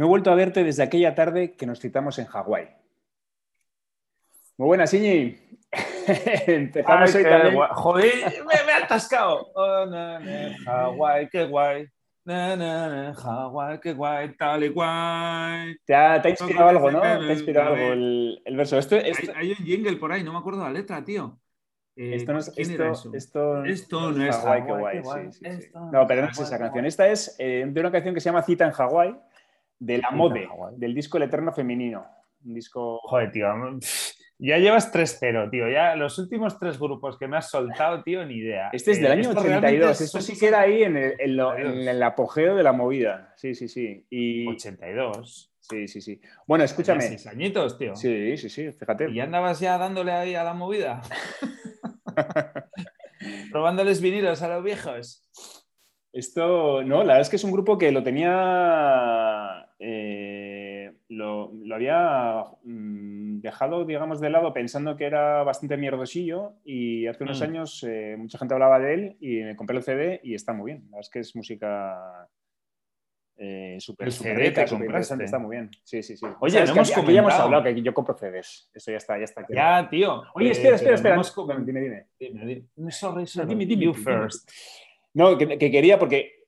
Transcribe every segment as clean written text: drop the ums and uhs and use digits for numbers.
No he vuelto a verte desde aquella tarde que nos citamos en Hawái. Muy buenas, Iñi. Empezamos Ay, hoy qué también. guay. Joder, me he atascado. Oh, Hawái, qué guay. Hawái, qué guay, tal y guay. Te ha Poco inspirado que algo, se ¿no? Te ha bebe, inspirado algo el verso. Hay un jingle por ahí, no me acuerdo la letra, tío. Esto, no es, ¿Quién era eso? esto no Esto es no es Hawái, qué Hawái, qué guay. guay. Sí, sí, sí. Esto no No, es pero no es Hawái, esa qué canción. guay. Esta es de una canción que se llama Cita en Hawái, de La Cita en Mode, Hawái. del disco El Eterno Femenino. Un disco. Joder, tío. Ya llevas 3-0, tío. Ya los últimos tres grupos que me has soltado, tío, ni idea. Este es del año Esto realmente 82. Esto son sí que cosas. era ahí en el 82. apogeo de la movida. Sí, sí, sí. Y 82. sí, sí, sí. Bueno, Ya escúchame. 6 añitos, tío. Sí, sí, sí, Y fíjate. ya andabas ya dándole ahí a la movida, probándoles vinilos a los viejos. Esto, no, la verdad es que es un grupo que lo tenía, lo había dejado, digamos, de lado pensando que era bastante mierdosillo y hace unos Mm. años mucha gente hablaba de él y me compré el CD y está muy bien. La verdad es que es música súper, El súper CD rica, te súper interesante, está compraste. muy bien. Sí, sí, sí. Oye, Sabes no que hemos aquí ya hemos hablado comentado. que yo compro CDs. Eso ya está claro. Ya, tío. Oye, espera, espera, Pero no espera. hemos Bueno, comentado. dime, dime. Sorry, No, sorry. dime You tú, dime tú. first. No, que quería porque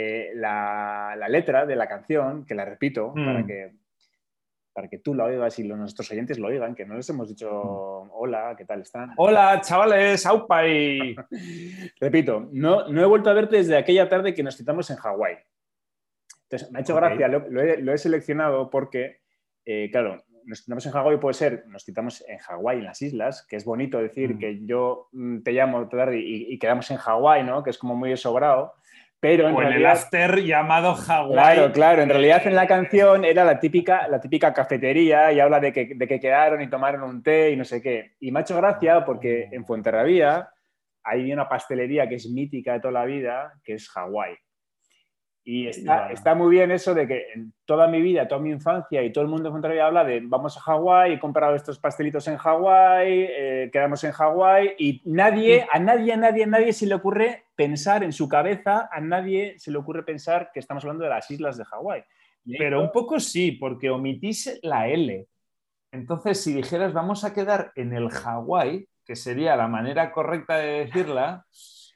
la letra de la canción, que la repito, Mm. para que tú la oigas y nuestros oyentes lo oigan, que no les hemos dicho hola, ¿qué tal están? Hola, chavales. ¡Aupai! Repito, no he vuelto a verte desde aquella tarde que nos citamos en Hawái. Entonces, me ha hecho Ok. gracia, lo he seleccionado porque, claro, nos citamos en Hawái, puede ser, nos citamos en Hawái, en las islas, que es bonito decir Mm. que yo te llamo tarde y quedamos en Hawái, ¿no? Que es como muy sobrado, pero en O en el realidad, after llamado claro, Hawái. claro, en realidad en la canción era la típica cafetería y habla de que quedaron y tomaron un té y no sé qué. Y me ha hecho gracia porque en Fuenterrabía hay una pastelería que es mítica de toda la vida, que es Hawái. Y está muy bien eso de que en toda mi vida, toda mi infancia y todo el mundo en Fuenterrabía habla de vamos a Hawái, he comprado estos pastelitos en Hawái, quedamos en Hawái y Y a nadie se le ocurre pensar en su cabeza, a nadie se le ocurre pensar que estamos hablando de las islas de Hawái. Pero un poco sí, porque omitís la L. Entonces, si dijeras vamos a quedar en el Hawái, que sería la manera correcta de decirla,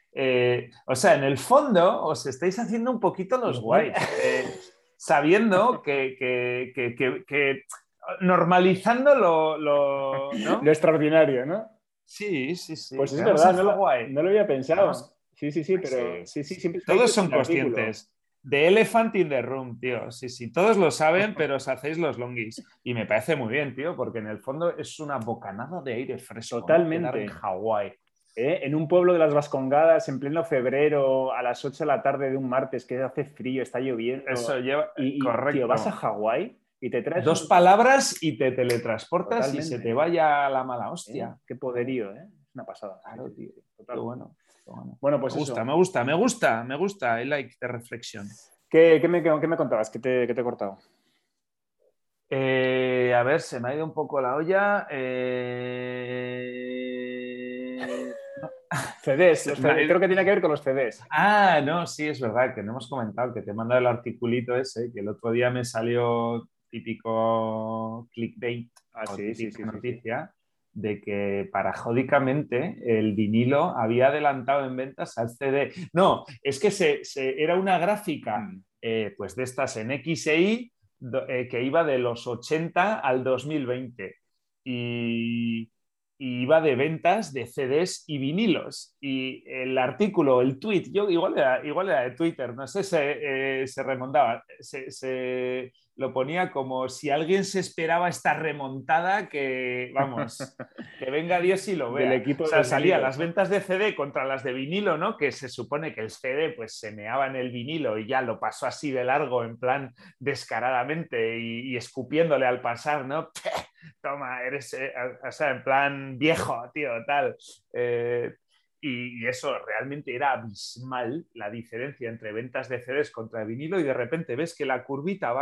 o sea, en el fondo os estáis haciendo un poquito los guays, sabiendo que normalizando Lo ¿no? extraordinario, ¿no? Sí, sí, sí, Pues es quedamos verdad, en Hawái. no lo había pensado. Quedamos, Sí, sí, sí, pero sí, sí, sí, sí, sí. siempre se ha dicho Todos eso son en el artículo. conscientes. The Elephant in the Room, tío. Sí, sí, todos lo saben, pero os hacéis los longis. Y me parece muy bien, tío, porque en el fondo es una bocanada de aire fresco, ¿no? Quedar en Totalmente. Hawái. En un pueblo de las Vascongadas, en pleno febrero, a las 8 de la tarde de un martes, que hace frío, está lloviendo, Eso lleva, tío, vas a correcto. Hawái y te traes Dos unos. palabras y te teletransportas y se te Totalmente. vaya la mala hostia. Qué poderío, ¿eh? Es una pasada. Sí, Claro, sí, sí, tío. sí, Qué total. bueno, qué bueno. Bueno, Me pues gusta, eso. me gusta, me gusta, me gusta. I like the reflexión. ¿Qué me contabas? ¿Qué te he cortado? A ver, se me ha ido un poco la olla. No, CDs, se me ha ido. creo que tiene que ver con los CDs. Ah, no, sí, es verdad que no hemos comentado que te he mandado el articulito ese, que el otro día me salió típico clickbait Ah, o sí, sí, típica sí, sí, sí. noticia de que paradójicamente el vinilo había adelantado en ventas al CD. No, es que era una gráfica Mm. pues de estas en X e Y que iba de los 80 al 2020 y, y iba de ventas de CDs y vinilos. Y el artículo, el tweet, yo igual era de Twitter, no sé, se remontaba, lo ponía como si alguien se esperaba esta remontada que, vamos, que venga Dios y lo Del vea. O equipo de sea, los salía vinilos, las ¿no? ventas de CD contra las de vinilo, ¿no? Que se supone que el CD pues se meaba en el vinilo y ya lo pasó así de largo, en plan descaradamente y escupiéndole al pasar, ¿no? Toma, eres, o sea, en plan viejo, tío, tal. Eh, y eso realmente era abismal, la diferencia entre ventas de CDs contra vinilo, y de repente ves que la curvita va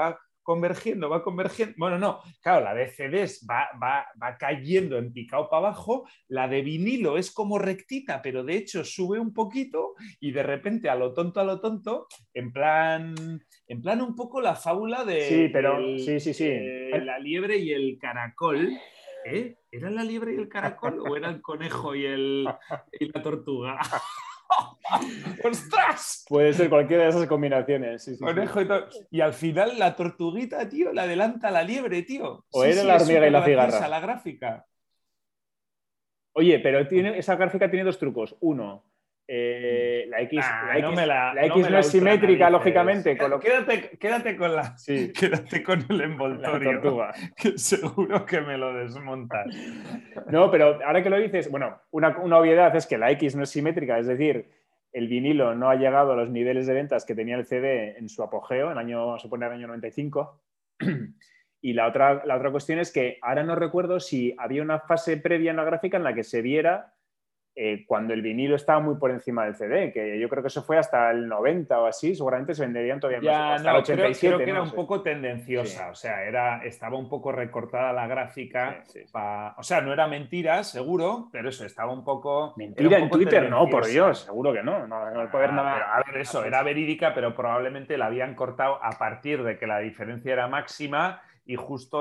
convergiendo, va convergiendo. Bueno, no, claro, la de CDs va cayendo en picado para abajo, la de vinilo es como rectita, pero de hecho sube un poquito y de repente a lo tonto, en plan un poco la fábula Sí, pero sí, sí, sí. de la liebre y el caracol. ¿Era la liebre y el caracol o era el conejo y la tortuga? ¡Ostras! Puede ser cualquiera de esas combinaciones. Sí, sí, sí. Conejo y todo. Y al final la tortuguita, tío, la adelanta a la liebre, tío. O Sí, era sí, la es hormiga y súper la graciosa cigarra. la gráfica. Oye, pero esa gráfica tiene dos trucos. Uno, No me la no X me no la es simétrica, ultranalices. lógicamente. Quédate con Sí, quédate con el la envoltorio, tortuga. que seguro que me lo desmontas. No, pero ahora que lo dices, bueno, una obviedad es que la X no es simétrica, es decir, el vinilo no ha llegado a los niveles de ventas que tenía el CD en su apogeo, supone el año 95. Y la otra cuestión es que ahora no recuerdo si había una fase previa en la gráfica en la que se viera cuando el vinilo estaba muy por encima del CD, que yo creo que eso fue hasta el 90 o así, seguramente se venderían todavía más, Ya, hasta el no, creo 87, que no era lo un sé. poco Sí, tendenciosa, o sea, estaba un poco recortada la sí, gráfica, sí, sí. o sea, no era mentira, seguro, pero eso, era un Mentira en poco Twitter, no, por Dios, tendenciosa. seguro que no. No, no puede haber Pero nada. a ver, eso, era verídica, pero probablemente la habían cortado a partir de que la diferencia era máxima y justo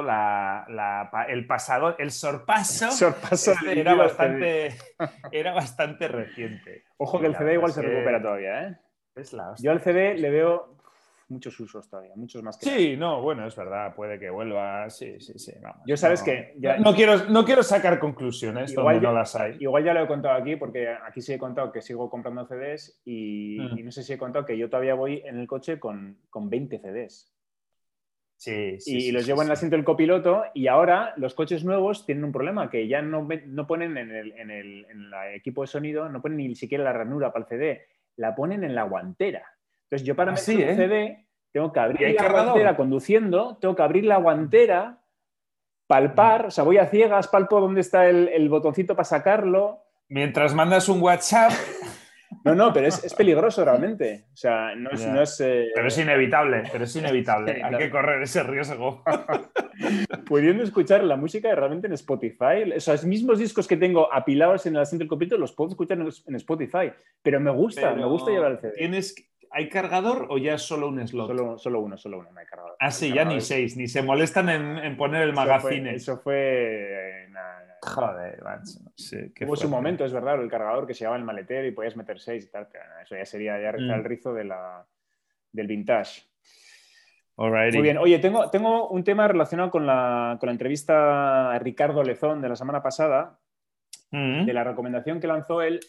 el sorpaso, Sorpaso del vinilo al CD. era bastante reciente. Ojo que Y el la CD verdad igual es se recupera que todavía, ¿eh? es la Yo al hostia. CD le veo muchos usos todavía, muchos más que la Sí, X. no, bueno, es verdad, puede que vuelva. Sí, Yo vamos. sabes No, que no, no quiero sacar conclusiones donde igual, no las hay. igual ya lo he contado aquí, porque aquí sí he contado que sigo comprando CDs y Mm. no sé si he contado que yo todavía voy en el coche con 20 CDs. Sí, Y los llevo en el asiento del copiloto y ahora los coches nuevos tienen un problema, que ya no ponen en el equipo de sonido, no ponen ni siquiera la ranura para el CD, la ponen en la guantera. Entonces yo para Ah, meter sí, un ¿eh? CD tengo que ¿Y abrir hay la guantera cargador? conduciendo, tengo que abrir la guantera, palpar, o sea, voy a ciegas, palpo dónde está el botoncito para sacarlo. Mientras mandas un WhatsApp. No, pero es peligroso realmente. O sea, no es... No Ya. es Pero es inevitable, pero es es inevitable. Hay que inevitable. correr ese riesgo. Pudiendo escuchar la música realmente en Spotify, esos mismos discos que tengo apilados en el asiento del copiloto los puedo escuchar en Spotify, pero me gusta llevar el Pero CD. ¿hay cargador o ya es solo un slot? Solo uno, me he cargado. Ah, El sí, ya cargador ni 6, ni se molestan en poner el eso fue, magazines. eso fue nada. Joder, macho. Sí, qué Hubo su fuerte. momento, es verdad, el cargador que se llevaba en el maletero y podías meter 6 y tal, pero no, eso ya sería ya rizar el Mm. rizo del vintage. Muy bien, Alrighty. oye, tengo un tema relacionado con la entrevista a Ricardo Lezón de la semana pasada, de Mm. la recomendación que lanzó él.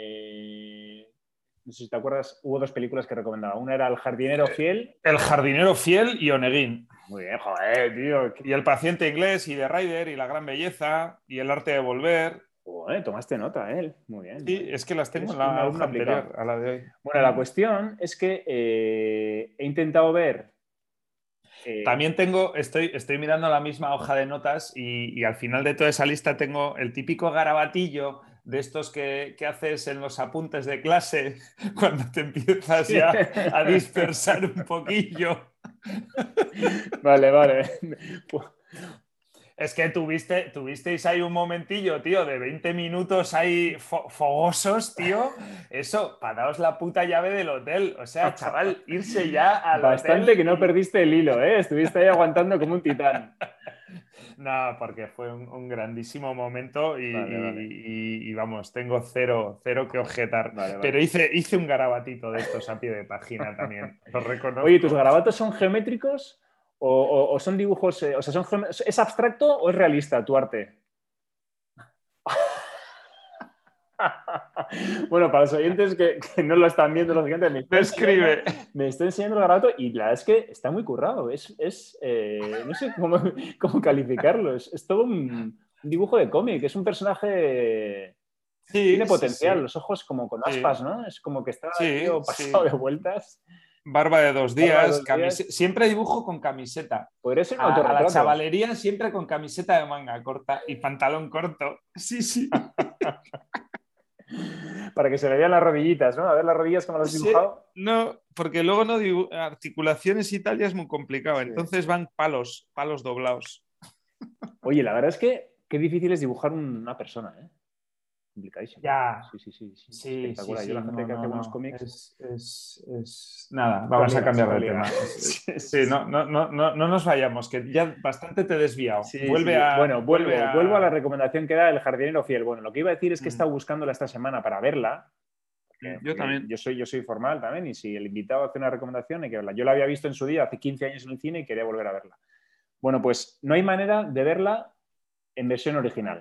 No sé si te acuerdas, hubo dos películas que recomendaba. Una era El jardinero fiel. El jardinero fiel y Onegin. Muy bien, joder, tío. Y el paciente inglés y The Rider y la gran belleza y el arte de volver. Joder, tomaste nota, él. Muy bien, muy Sí, bien. es que las tengo Eres en un la alumno hoja aplicado. anterior a la de hoy. Bueno, la cuestión es que he intentado ver. También estoy mirando la misma hoja de notas y al final de toda esa lista tengo el típico garabatillo de estos que haces en los apuntes de clase cuando te empiezas ya a dispersar un poquillo. Vale, vale. Pues, Es que tuvisteis ahí un momentillo, tío, de 20 minutos ahí fogosos, tío. Eso, pagaos la puta llave del hotel. O sea, chaval, irse ya al bastante hotel que no y... perdiste el hilo, ¿eh? Estuviste ahí aguantando como un titán. No, porque fue un grandísimo momento Vale, vale. y vamos, tengo cero que objetar. Vale, Pero vale. hice un garabatito de estos a pie de página también, lo Oye, ¿tus reconozco. garabatos son geométricos o son dibujos? O sea, ¿es abstracto o es realista tu arte? Bueno, para los oyentes que no lo están viendo, lógicamente, Describe. me está enseñando el garabato y la verdad es que está muy currado. No sé cómo calificarlo. Es todo un dibujo de cómic. Es un personaje. Tiene Sí, sí, potencial, sí. los ojos como con Sí, aspas, ¿no? Es como que está el sí, tío pasado de sí. vueltas, Barba de 2 días, barba de 2 días. siempre dibujo con camiseta. Podría ser un A la autorretrato. chavalería siempre con camiseta de manga corta y pantalón corto. Sí, sí. Para que se le vean las rodillitas, ¿no? A ver las rodillas como las has dibujado. No, porque luego no articulaciones y tal ya es muy complicado. Sí. Entonces van palos doblados. Oye, la verdad es que qué difícil es dibujar una persona, ¿eh? Complicadísimo. Ya. Sí. Sí, Espectacular. Yo la gente que hace buenos cómics... Nada, vamos a cambiar de tema. Sí. No nos vayamos, que ya bastante te he desviado. Sí. Bueno, vuelvo a la recomendación que da El jardinero fiel. Bueno, lo que iba a decir es que he estado buscándola esta semana para verla. Yo también. Yo soy formal también, y si el invitado hace una recomendación hay que verla. Yo la había visto en su día, hace 15 años en el cine, y quería volver a verla. Bueno, pues no hay manera de verla en versión original.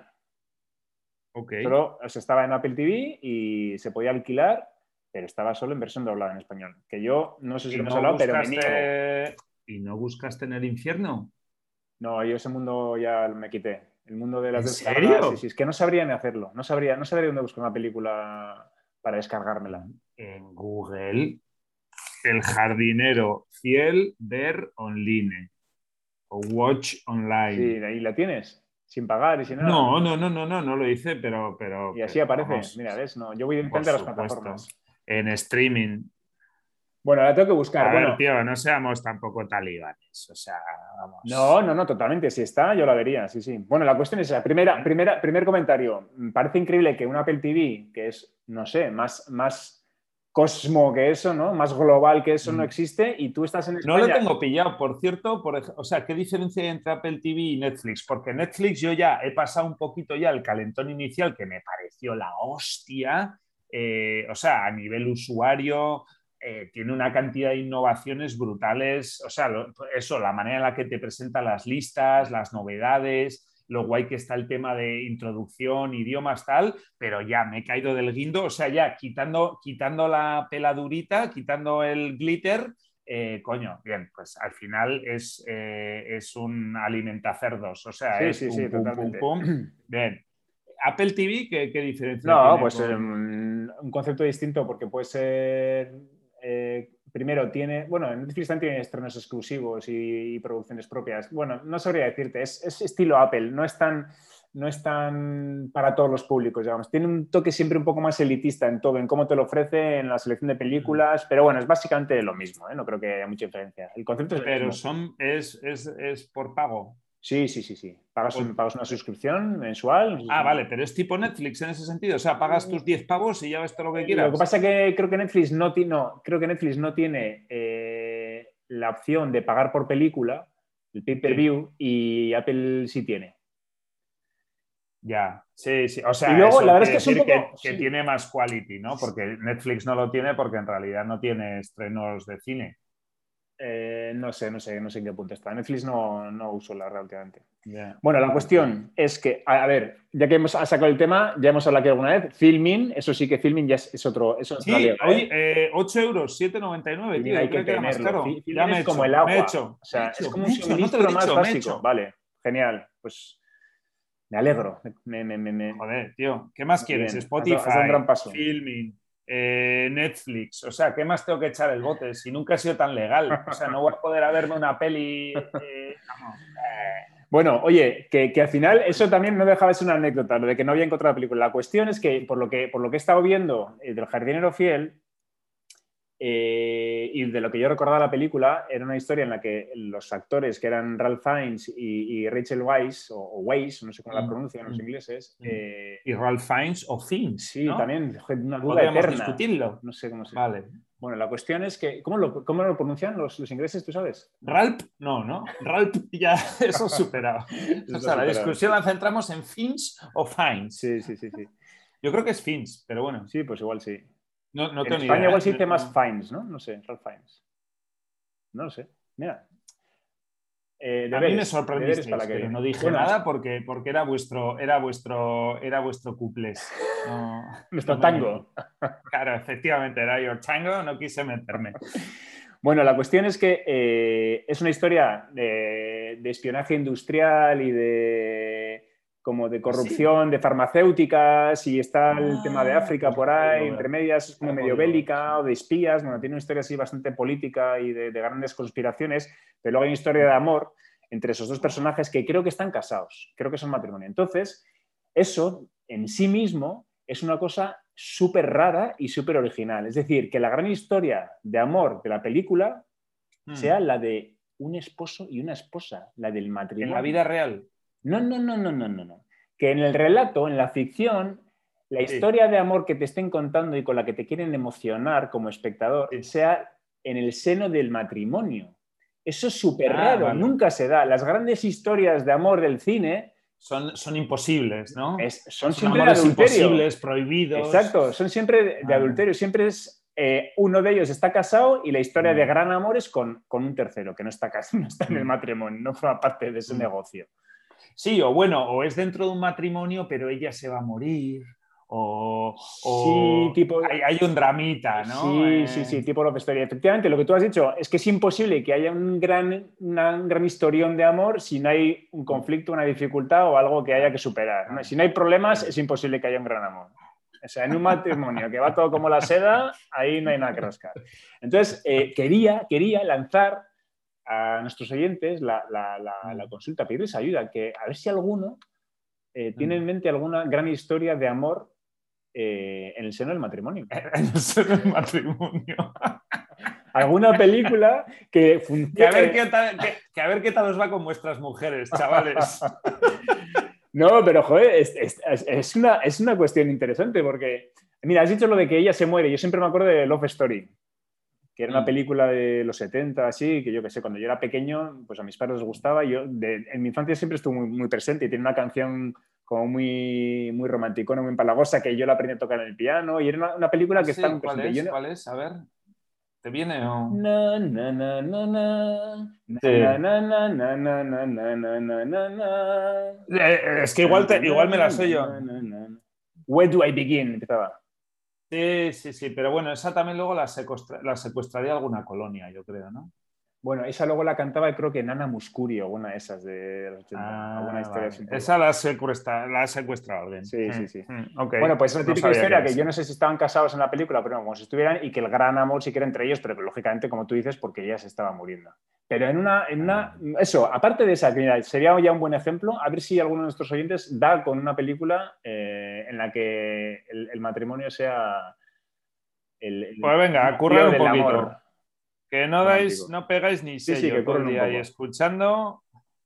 Okay. Solo estaba en Apple TV y se podía alquilar, pero estaba solo en versión doblada en español. Que yo no sé si lo hemos hablado, pero me niego. ¿Y no buscaste en el infierno? No, yo ese mundo ya me quité. El mundo de las ¿En descargas, serio? sí, es que no sabría ni hacerlo. No sabría dónde buscar una película para descargármela. En Google, El jardinero fiel, ver online o watch online. Sí, ahí la tienes, sin pagar y sin nada. No lo hice, pero Y así aparece. vamos, Mira, ¿ves? No, yo voy por directamente a las supuesto. plataformas. En streaming. Bueno, la tengo que buscar. A Bueno, ver, tío, no seamos tampoco talibanes. O sea, vamos. No, totalmente. Si está, yo la vería, sí. Bueno, la cuestión es esa. Primer comentario. Me parece increíble que un Apple TV, que es, no sé, más cosmo que eso, ¿no? Más global que eso, no existe, y tú estás en España. No lo tengo pillado, por cierto. O sea, ¿qué diferencia hay entre Apple TV y Netflix? Porque Netflix yo ya he pasado un poquito ya el calentón inicial, que me pareció la hostia. O sea, a nivel usuario, tiene una cantidad de innovaciones brutales. O sea, la manera en la que te presenta las listas, las novedades, lo guay que está el tema de introducción, idiomas, tal, pero ya me he caído del guindo. O sea, ya quitando la peladurita, quitando el glitter, coño, bien, pues al final es un alimentacerdos. O sea, es pum, pum, totalmente. pum, pum. Bien. Apple TV, ¿qué diferencia No, tiene? pues un concepto distinto, porque puede ser. Primero, bueno, Netflix también tiene estrenos exclusivos y producciones propias. Bueno, no sabría decirte, es estilo Apple, no es tan para todos los públicos, digamos. Tiene un toque siempre un poco más elitista en todo, en cómo te lo ofrece, en la selección de películas, pero bueno, es básicamente lo mismo, ¿eh? No creo que haya mucha diferencia. El concepto es el mismo. Es por pago. Sí. Pagas una suscripción mensual. Ah, vale, pero es tipo Netflix en ese sentido. O sea, pagas tus 10 pavos y ya ves todo lo que quieras. Lo que pasa es que creo que Netflix no tiene la opción de pagar por película, el pay-per-view, y Apple sí tiene. Ya, sí. O sea, y luego, eso la verdad quiere es que decir sí. tiene más quality, ¿no? Porque Netflix no lo tiene porque en realidad no tiene estrenos de cine. No sé en qué punto está. Netflix no uso la realidad últimamente. Yeah. Bueno, la cuestión es que, a ver, ya que hemos sacado el tema, ya hemos hablado aquí alguna vez, Filmin, eso sí que Filmin ya es otro. Sí, oye, 8 euros, 7,99, tío. Hay que Creo era más tenerlo. caro. Ya es como el agua. O sea, es como un suministro más básico. Vale, genial. Pues me alegro. Joder, tío, ¿qué más quieres? Bien. Spotify, has dado un gran paso. Filmin, Netflix. O sea, ¿qué más tengo que echar el bote? Si nunca he sido tan legal. O sea, no voy a poder verme una peli. Bueno, oye, que al final eso también no dejaba de ser una anécdota, lo de que no había encontrado la película. La cuestión es que, por lo que he estado viendo del jardinero fiel, y de lo que yo recordaba la película, era una historia en la que los actores, que eran Ralph Fiennes y Rachel Weisz, o Weisz, no sé cómo la pronuncian los ingleses. ¿Y Ralph Fiennes o Fiennes? Sí, ¿no? también, una duda Podríamos eterna. discutirlo. No sé cómo se Vale. Bueno, la cuestión es que, ¿cómo lo pronuncian los ingleses, tú sabes? Ralph, no. Ralph ya eso superado. O sea, la discusión la centramos en Fiennes o Fiennes. Sí. Yo creo que es Fiennes, pero bueno. Sí, pues igual sí. No en tengo España idea, igual se dice más Fiennes, ¿no? No sé, Ralph Fiennes. No lo sé. Mira. A mí me sorprendisteis, pero no dije nada porque era vuestro cuplés. Nuestro tango. Claro, efectivamente, era your tango, no quise meterme. Bueno, la cuestión es que es una historia de espionaje industrial y de corrupción, de farmacéuticas, y está el tema de África por ahí, entre medias, es como medio bélica, o de espías. Bueno, tiene una historia así bastante política y de grandes conspiraciones, pero luego hay una historia de amor entre esos dos personajes que creo que están casados, creo que son matrimonio. Entonces, eso en sí mismo es una cosa súper rara y súper original. Es decir, que la gran historia de amor de la película sea la de un esposo y una esposa, la del matrimonio. ¿En la vida real? No. Que en el relato, en la ficción, la historia de amor que te estén contando y con la que te quieren emocionar como espectador sea en el seno del matrimonio. Eso es súper raro, vale. Nunca se da. Las grandes historias de amor del cine son imposibles, ¿no? Son siempre de adulterio. Imposibles, prohibidos. Exacto, son siempre de adulterio. Siempre es uno de ellos está casado y la historia de gran amor es con un tercero que no está casado, no está en el matrimonio, no forma parte de ese negocio. Sí, o bueno, o es dentro de un matrimonio, pero ella se va a morir. Sí, tipo, hay un dramita, ¿no? Sí, tipo Love Story. Efectivamente, lo que tú has dicho es que es imposible que haya un gran historión de amor si no hay un conflicto, una dificultad o algo que haya que superar, ¿no? Si no hay problemas, es imposible que haya un gran amor. O sea, en un matrimonio que va todo como la seda, ahí no hay nada que rascar. Entonces, quería lanzar a nuestros oyentes la consulta, pedirles ayuda, que a ver si alguno tiene en mente alguna gran historia de amor en el seno del matrimonio. En el seno del matrimonio. Alguna película que funcione. Que a ver qué tal os va con vuestras mujeres, chavales. No, pero joder, es una cuestión interesante porque, mira, has dicho lo de que ella se muere. Yo siempre me acuerdo de Love Story, que era una película de los 70, así, que yo qué sé, cuando yo era pequeño, pues a mis padres les gustaba. En mi infancia siempre estuvo muy, muy presente y tiene una canción como muy, muy romanticona, muy empalagosa, que yo la aprendí a tocar en el piano y era una película que está muy presente. ¿Cuál es? A ver, ¿te viene o...? Es que igual me la sé yo. Where do I begin? Empezaba. Sí, pero bueno, esa también luego la secuestraría alguna colonia, yo creo, ¿no? Bueno, esa luego la cantaba, creo que Nana Muscuri, alguna de esas de los 80. Alguna historia vale. Esa la ha secuestrado alguien. Sí. Okay. Bueno, pues es una típica historia que yo no sé si estaban casados en la película, pero como si estuvieran, y que el gran amor sí que era entre ellos, pero lógicamente, como tú dices, porque ella se estaba muriendo. Pero eso, aparte de esa, mira, sería ya un buen ejemplo, a ver si alguno de nuestros oyentes da con una película en la que el matrimonio sea pues venga, currar un poquito. Amor. Que no pegáis ni sello que todo el día ahí escuchando.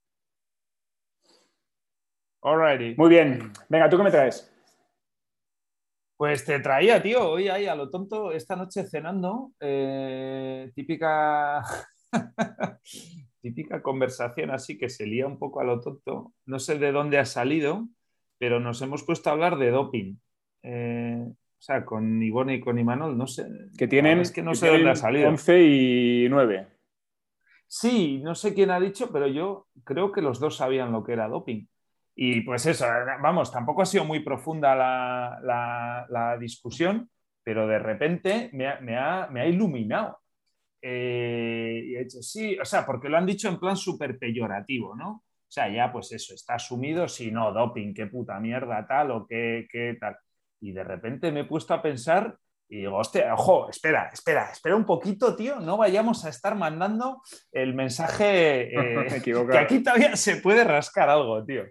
Alrighty. Muy bien. Venga, ¿tú qué me traes? Pues te traía, tío, hoy ahí a lo tonto, esta noche cenando, típica conversación así que se lía un poco a lo tonto. No sé de dónde ha salido, pero nos hemos puesto a hablar de doping. O sea, con Ivone y con Imanol, no sé. Que tienen, es que no sé dónde ha salido. 11 y 9. Sí, no sé quién ha dicho, pero yo creo que los dos sabían lo que era doping. Y pues eso, vamos, tampoco ha sido muy profunda la discusión, pero de repente me ha iluminado. Y he dicho, sí, o sea, porque lo han dicho en plan súper peyorativo, ¿no? O sea, ya pues eso, está asumido, si no, doping, qué puta mierda, tal, o qué tal. Y de repente me he puesto a pensar y digo, hostia, ojo, espera un poquito, tío, no vayamos a estar mandando el mensaje que aquí todavía se puede rascar algo, tío.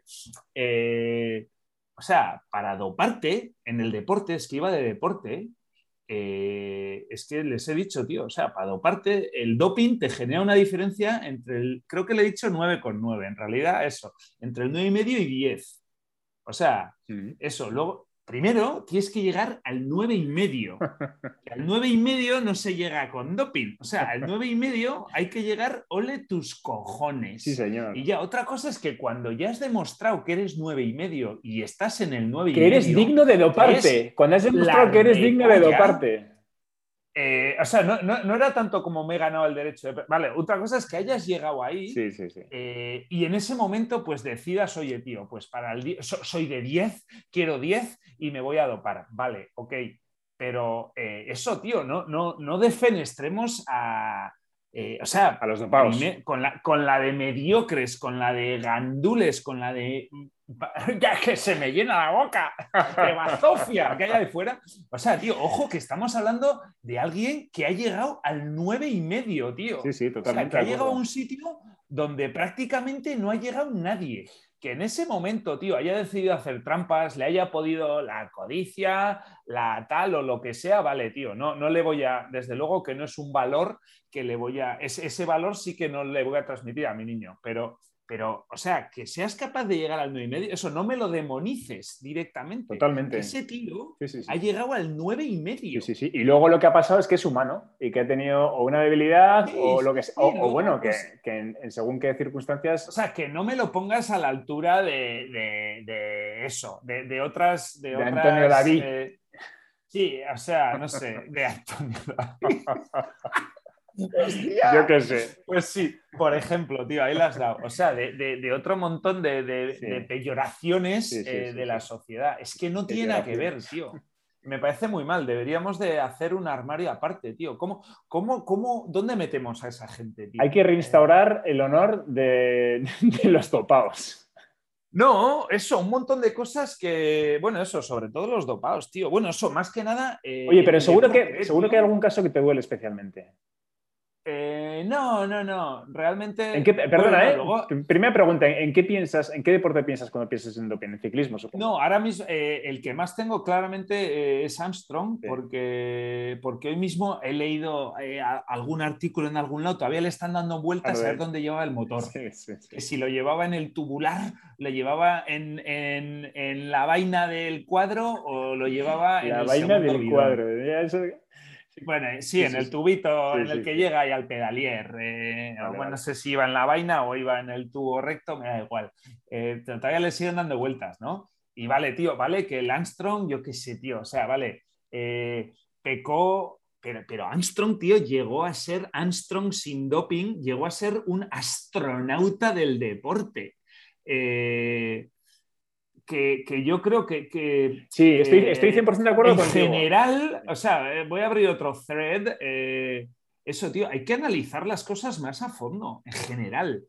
O sea, para doparte en el deporte, es que iba de deporte, es que les he dicho, tío, o sea, para doparte, el doping te genera una diferencia entre creo que le he dicho 9,9, en realidad eso, entre el 9,5 y 10. O sea, eso, luego... Primero, tienes que llegar al 9,5. Al 9,5 no se llega con doping. O sea, al 9,5 hay que llegar, ole tus cojones. Sí, señor. Y ya, otra cosa es que cuando ya has demostrado que eres 9,5 y estás en el 9,5... Que eres digno de doparte. Cuando has demostrado que eres digno de doparte. O sea, no era tanto como me he ganado el derecho de... Vale, otra cosa es que hayas llegado ahí y en ese momento pues decidas, oye, tío, pues para soy de 10, quiero 10 y me voy a dopar. Vale, ok, pero eso, tío, no defenestremos a... o sea, a los dopados. Con la de mediocres, con la de gandules, con la de... Ya que se me llena la boca, de bazofia que hay ahí fuera. O sea, tío, ojo que estamos hablando de alguien que ha llegado al 9,5, tío. Sí, totalmente. O sea, que ha llegado a un sitio donde prácticamente no ha llegado nadie. que en ese momento, tío, haya decidido hacer trampas, le haya podido la codicia, la tal o lo que sea, vale, tío, no le voy a, desde luego que no es un valor que le voy a, ese valor sí que no le voy a transmitir a mi niño, pero, o sea, que seas capaz de llegar al 9,5, eso no me lo demonices directamente. Totalmente. Ese tío sí. ha llegado al 9,5. Sí. Y luego lo que ha pasado es que es humano y que ha tenido o una debilidad o lo que sea. O luego, bueno, pues, que en según qué circunstancias. o sea, que no me lo pongas a la altura de eso, de otras. De Antonio David. Sí, o sea, no sé, de Antonio David. Yo qué sé. Pues sí, por ejemplo, tío, ahí las has dado. O sea, de otro montón de peyoraciones de la sociedad. Es que no tiene nada que ver, tío. Me parece muy mal. Deberíamos de hacer un armario aparte, tío. ¿Dónde metemos a esa gente, tío? Hay que reinstaurar el honor de los dopados. No, eso, un montón de cosas que, bueno, eso, sobre todo los dopados, tío. Bueno, eso, más que nada. Oye, pero seguro que hay algún caso que te duele especialmente. No. Realmente. Perdona, luego... Primera pregunta, ¿en qué deporte piensas cuando piensas en doping? ¿En ciclismo, supongo? No, ahora mismo el que más tengo claramente es Armstrong, Sí. porque hoy mismo he leído algún artículo en algún lado, todavía le están dando vueltas a ver dónde llevaba el motor. Sí. Que si lo llevaba en el tubular, lo llevaba en la vaina del cuadro o lo llevaba en el vaina segundo del bidón. cuadro. Bueno, sí, en el tubito en el que llega y al pedalier. Vale. No sé si iba en la vaina o iba en el tubo recto, me da igual. Todavía le siguen dando vueltas, ¿no? Y vale, tío, vale que el Armstrong, yo qué sé, tío, o sea, vale, pecó, pero Armstrong, tío, llegó a ser Armstrong sin doping, llegó a ser un astronauta del deporte. Que yo creo que sí, estoy 100% de acuerdo contigo. En general, o sea, voy a abrir otro thread. Eso, tío, hay que analizar las cosas más a fondo, en general.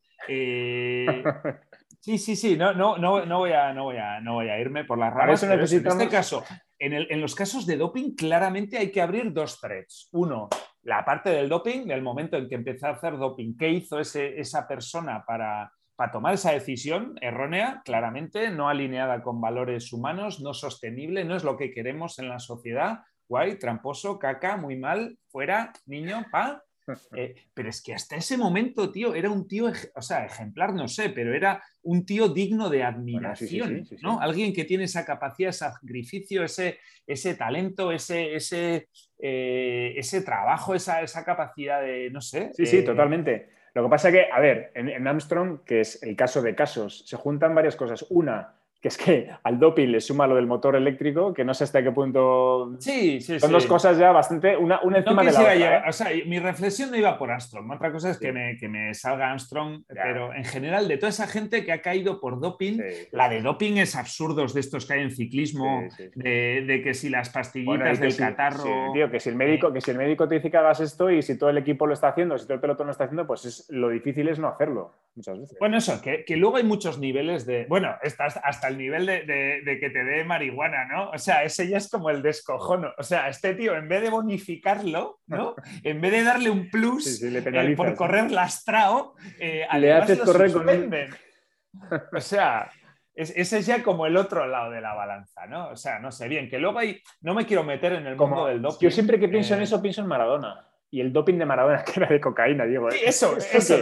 Sí, no voy a irme por las ramas, pero necesitamos... en este caso, en los casos de doping, claramente hay que abrir dos threads. Uno, la parte del doping, del momento en que empecé a hacer doping, ¿qué hizo esa persona para tomar esa decisión errónea, claramente, no alineada con valores humanos, no sostenible, no es lo que queremos en la sociedad? Guay, tramposo, caca, muy mal, fuera, niño, pa. Pero es que hasta ese momento, tío, era un tío, o sea, ejemplar, no sé, pero era un tío digno de admiración, bueno, sí. ¿no? Alguien que tiene esa capacidad, ese sacrificio, ese talento, ese trabajo, esa capacidad de, no sé. Sí, totalmente. Lo que pasa es que, a ver, en Armstrong, que es el caso de casos, se juntan varias cosas. Una, que es que al doping le suma lo del motor eléctrico, que no sé hasta qué punto... Son dos cosas ya bastante... Una encima de la otra. O sea, mi reflexión no iba por Armstrong. Otra cosa es que me salga Armstrong, pero en general, de toda esa gente que ha caído por doping, la de doping es absurdos de estos que hay en ciclismo, de que si las pastillitas del catarro... Sí, tío, que si el médico te dice que hagas esto y si todo el equipo lo está haciendo, si todo el pelotón lo está haciendo, pues lo difícil es no hacerlo, muchas veces. Bueno, eso, que luego hay muchos niveles de... Bueno, estás hasta el nivel de que te dé marihuana, ¿no? O sea, ese ya es como el descojono. O sea, este tío, en vez de bonificarlo, ¿no? En vez de darle un plus le por correr lastrado, le haces correr suspenden. O sea, ese es ya como el otro lado de la balanza, ¿no? O sea, no sé, bien, que luego hay... No me quiero meter en el mundo del doping. Yo siempre que pienso en eso, pienso en Maradona. Y el doping de Maradona, que era de cocaína, digo. Sí, eso.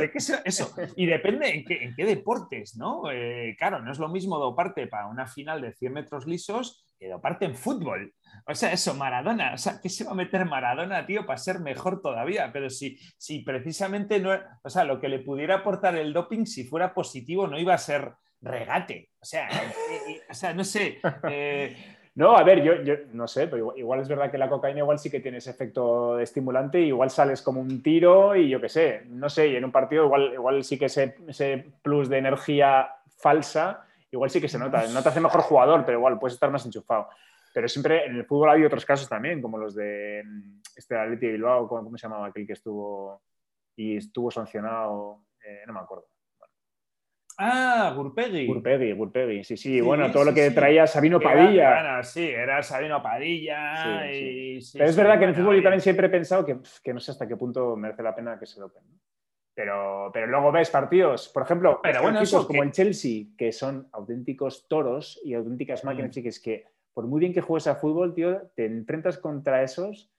Y depende en qué deportes, ¿no? Claro, no es lo mismo doparte para una final de 100 metros lisos que doparte en fútbol. O sea, eso, Maradona. O sea, ¿qué se va a meter Maradona, tío, para ser mejor todavía? Pero si precisamente no... O sea, lo que le pudiera aportar el doping, si fuera positivo, no iba a ser regate. O sea, no sé... No, a ver, yo no sé, pero igual es verdad que la cocaína igual sí que tiene ese efecto estimulante, igual sales como un tiro y yo qué sé, no sé, y en un partido igual sí que ese plus de energía falsa, igual sí que se nota, no te hace mejor jugador, pero igual puedes estar más enchufado. Pero siempre en el fútbol ha habido otros casos también, como los de Athletic de Bilbao, ¿cómo se llamaba aquel que estuvo sancionado? No me acuerdo. Gurpegui. Gurpegui, sí. Bueno, todo lo que traía Sabino Padilla. Bueno, sí, era Sabino Padilla. Pero es verdad que en el fútbol yo también siempre he pensado que no sé hasta qué punto merece la pena que se dopen, ¿no? Pero luego ves partidos, por ejemplo, Pero bueno, equipos eso como que... el Chelsea, que son auténticos toros y auténticas máquinas, que es que por muy bien que juegues a fútbol, tío, te enfrentas contra esos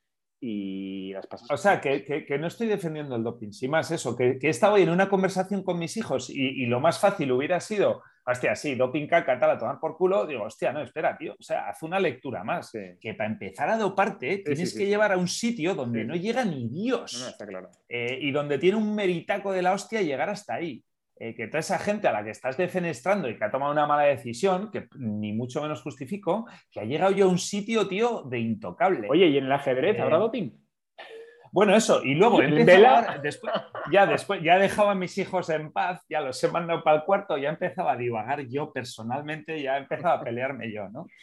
y las pasas. O sea, que no estoy defendiendo el doping, sin más eso, que he estado hoy en una conversación con mis hijos y lo más fácil hubiera sido, hostia, sí, doping caca, tal, a tomar por culo. Digo, hostia, no, espera, tío, o sea, haz una lectura más. Sí. Que para empezar a doparte Sí, tienes sí, que sí. llevar a un sitio donde Sí, no sí. llega ni No, Dios está claro. y donde tiene un meritaco de la hostia llegar hasta ahí. Que toda esa gente a la que estás defenestrando y que ha tomado una mala decisión, que ni mucho menos justifico, que ha llegado yo a un sitio, tío, de intocable. Oye, ¿y en el ajedrez habrá doping? Bueno, eso, y luego he ¿En empezado vela? ahora, después, ya dejaba a mis hijos en paz, ya los he mandado para el cuarto, ya empezaba a divagar yo personalmente, ya empezaba a pelearme yo, ¿no?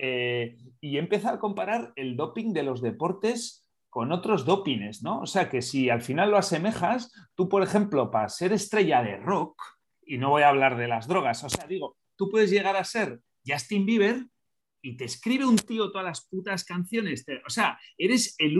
Y he empezado a comparar el doping de los deportes con otros dopings, ¿no? O sea, que si al final lo asemejas, tú, por ejemplo, para ser estrella de rock, y no voy a hablar de las drogas, o sea, digo, tú puedes llegar a ser Justin Bieber y te escribe un tío todas las putas canciones. O sea, eres el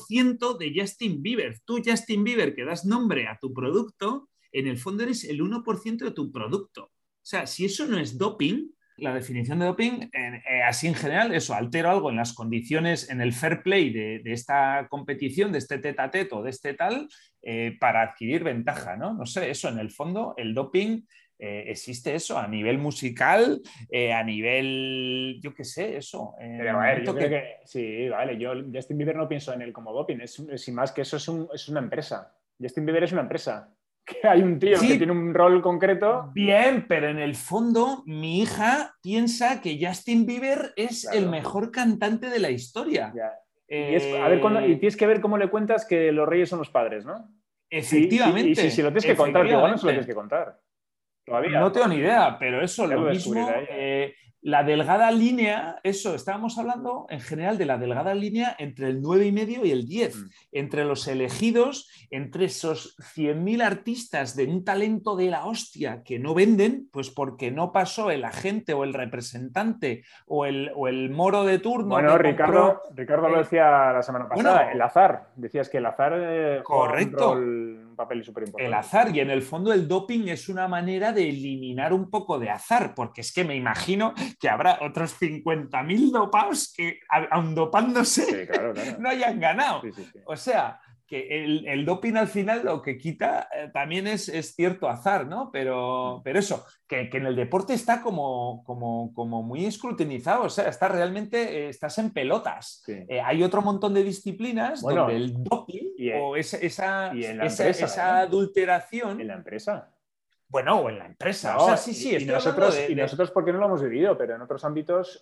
1% de Justin Bieber. Tú, Justin Bieber, que das nombre a tu producto, en el fondo eres el 1% de tu producto. O sea, si eso no es doping, la definición de doping, así en general, eso, altero algo en las condiciones, en el fair play de esta competición, de este tete a tete o de este tal, para adquirir ventaja, ¿no? No sé, eso en el fondo, el doping existe eso a nivel musical, a nivel, yo qué sé, eso. Pero a ver, yo creo que sí, vale. Yo Justin Bieber no pienso en él como doping, sin más que eso es una empresa. Justin Bieber es una empresa. Que hay un tío que Sí, tiene un rol concreto. bien, pero en el fondo mi hija piensa que Justin Bieber es el Claro, mejor cantante de la historia. ya. A ver, y tienes que ver cómo le cuentas que los reyes son los padres, ¿no? Sí, sí, y si Efectivamente, lo tienes que contar, que igual no se lo tienes efectivamente. que contar. Todavía. No tengo ni idea, pero eso, Ya lo lo descubrirá mismo, ella. la delgada línea, eso, estábamos hablando en general de la delgada línea entre el 9,5 y el 10, Mm. entre los elegidos, entre esos 100.000 artistas de un talento de la hostia que no venden, pues porque no pasó el agente o el representante o el moro de turno Bueno, que compró. Ricardo lo decía la semana pasada, el Bueno, azar. Decías que el azar juega correcto. un papel súper El importante. azar y en el fondo el doping es una manera de eliminar un poco de azar, porque es que me imagino que habrá otros 50.000 dopados que aun dopándose Sí, claro, claro. no hayan ganado. Sí, sí, sí. O sea, que el doping al final lo que quita también es cierto azar, ¿no? Pero eso, que en el deporte está como muy escrutinizado, o sea, está realmente, estás en pelotas. Sí. Hay otro montón de disciplinas donde Bueno, el doping y, o esa, y en la esa, empresa, esa ¿eh? adulteración, En la empresa. bueno, o en la empresa, o No, sea, sí, y estoy hablando nosotros, de... porque no lo hemos vivido, pero en otros ámbitos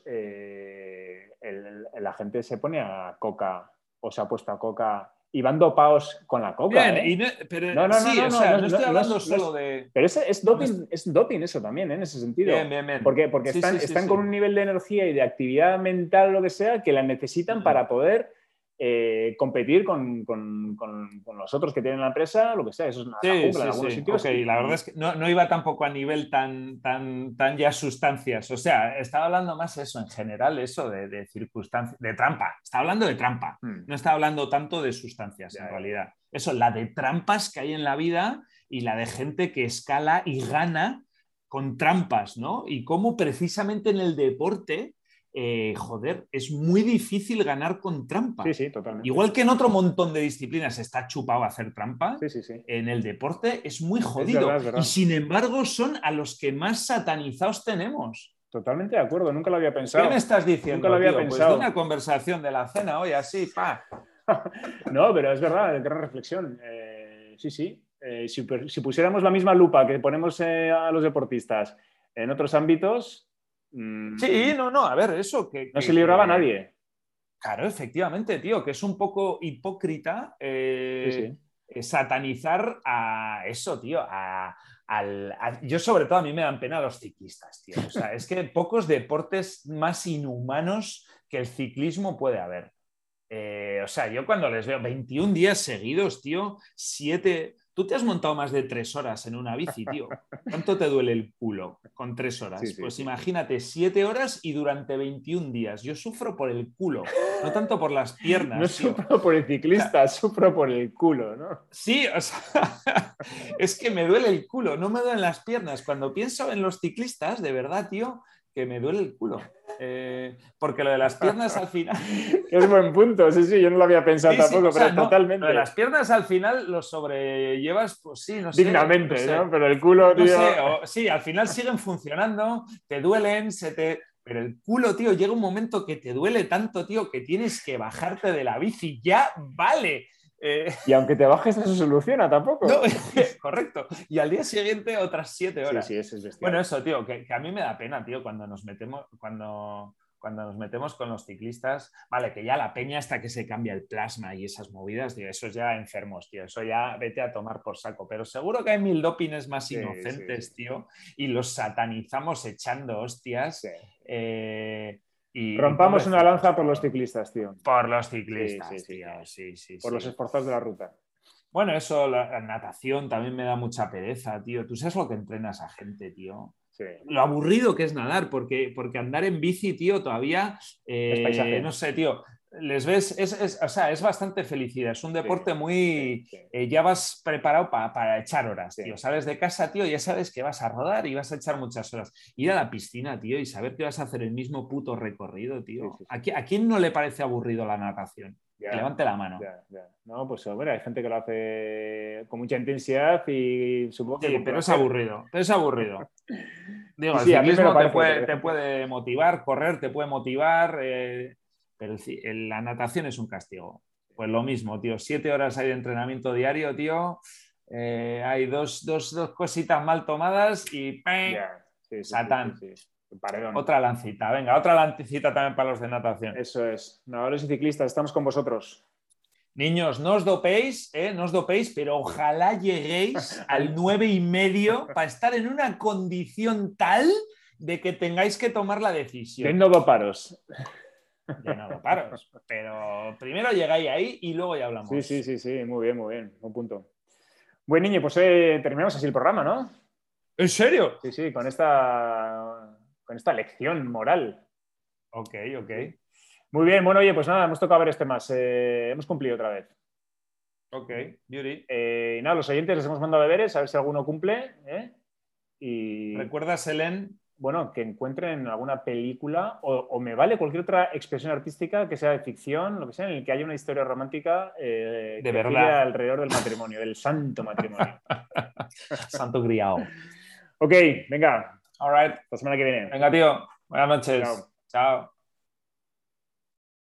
la gente se pone a coca o se ha puesto a coca y van dopados con la coca, Bien, ¿eh? pero No, no, no, sí, no, o no, sea, no, no estoy hablando solo de... pero no est- es doping eso también, en ese sentido. Bien, bien, bien. Porque Sí, sí, sí, están con sí. un nivel de energía y de actividad mental, lo que sea, que la necesitan para poder competir con los otros que tienen la empresa, lo que sea. Eso es una Sí, jungla en sí, algunos sí. Ok, sitios. la verdad es que no iba tampoco a nivel tan ya sustancias. O sea, estaba hablando más eso en general, eso de circunstancias, de trampa. Estaba hablando de trampa. Mm, No estaba hablando tanto de sustancias, ya, en ya. realidad. Eso, la de trampas que hay en la vida y la de gente que escala y gana con trampas, ¿no? Y cómo precisamente en el deporte, joder, es muy difícil ganar con Sí, trampa. sí, totalmente. Igual que en otro montón de disciplinas está chupado a hacer trampa, Sí, sí, sí. en el deporte es muy Es verdad, jodido. es Y verdad. sin embargo son a los que más satanizados tenemos. Totalmente de acuerdo, nunca lo había ¿Qué me pensado. estás Nunca lo diciendo, había tío? Pues de una pensado. conversación de la cena hoy, así, pa. No, pero es verdad, gran reflexión. Sí, sí. Si pusiéramos la misma lupa que ponemos a los deportistas en otros ámbitos, Sí, no, a ver, eso no se libraba nadie. claro, efectivamente, tío, que es un poco hipócrita Sí, sí. satanizar a eso, tío, yo sobre todo a mí me dan pena los ciclistas, tío. O sea, es que pocos deportes más inhumanos que el ciclismo puede haber. O sea, yo cuando les veo 21 días seguidos, tío, tú te has montado más de 3 horas en una bici, tío. ¿Cuánto te duele el culo con 3 horas? Sí, sí, Pues sí. imagínate, 7 horas y durante 21 días. Yo sufro por el culo, no tanto por las piernas, No tío. sufro por el ciclista, sufro por el culo, ¿no? Sí, o sea, es que me duele el culo, no me duelen las piernas. Cuando pienso en los ciclistas, de verdad, tío, que me duele el culo. Porque lo de las piernas al final... Es buen punto, sí, yo no lo había pensado Sí, sí, tampoco, o sea, pero no, lo de totalmente. las piernas al final lo sobrellevas, pues sí, no Dignamente, sé, ¿no? Pero el culo, no tío... sé, sí, al final siguen funcionando, te duelen, pero el culo, tío, llega un momento que te duele tanto, tío, que tienes que bajarte de la bici, ya vale. Y aunque te bajes, no se soluciona No, tampoco. correcto. Y al día siguiente otras 7 Sí, horas. eso es bestial. Bueno, eso, tío, que a mí me da pena, tío, cuando nos metemos con los ciclistas, vale, que ya la peña hasta que se cambia el plasma y esas movidas, tío, eso es ya enfermos, tío, eso ya vete a tomar por saco, pero seguro que hay mil dopines más Sí, inocentes, sí. tío, y los satanizamos echando Sí. hostias. Y Rompamos una pobrecitos, lanza por los tío. ciclistas, tío. Por los Sí. ciclistas, tío, sí, sí, Por los sí. esforzados de la ruta. Bueno, eso, la natación también me da mucha pereza, tío. Tú sabes lo que entrena esa gente, tío. Sí. Lo aburrido que es nadar, porque andar en bici, tío, todavía, Es paisaje. no sé, tío, les ves, o sea, es bastante felicidad. Es un deporte muy... Sí. ya vas preparado para echar horas, Sí. tío. Sales de casa, tío, ya sabes que vas a rodar y vas a echar muchas horas. Ir a la piscina, tío, y saber que vas a hacer el mismo puto recorrido, tío. Sí. ¿A quién no le parece aburrido la natación? Que levante la mano. Ya. No, pues hombre, hay gente que lo hace con mucha intensidad y supongo que Sí, con pero es placer. aburrido, es aburrido. Digo, el Sí, a mí me lo ciclismo te parece. puede, te puede motivar, correr te puede motivar, pero la natación es un castigo. Pues lo mismo, tío. 7 horas hay de entrenamiento diario, tío. Hay dos cositas mal tomadas y ¡ping! Ya, sí. Satán. Paredón. Otra lancita, venga, otra lancita también para los de natación. Eso es. Nadadores y ciclistas, estamos con vosotros. Niños, no os dopéis, no os dopéis, pero ojalá lleguéis al 9,5 para estar en una condición tal de que tengáis que tomar la decisión. De no doparos. De no doparos. Pero primero llegáis ahí y luego ya hablamos. Sí, muy bien, buen punto. Buen niño, pues terminamos así el programa, ¿no? ¿En serio? Sí, con esta lección moral. Ok. Muy bien, bueno, oye, pues nada, hemos tocado ver este más. Hemos cumplido otra vez. Ok, beauty. Y nada, los oyentes les hemos mandado deberes, a ver si alguno cumple. Y ¿Recuerdas, Helen? bueno, que encuentren alguna película o me vale cualquier otra expresión artística que sea de ficción, lo que sea, en el que haya una historia romántica de que verdad. gire alrededor del matrimonio, del santo matrimonio. Santo griao. Ok, venga. All right. La semana que viene. Venga, tío. Buenas noches. Chao. Chao.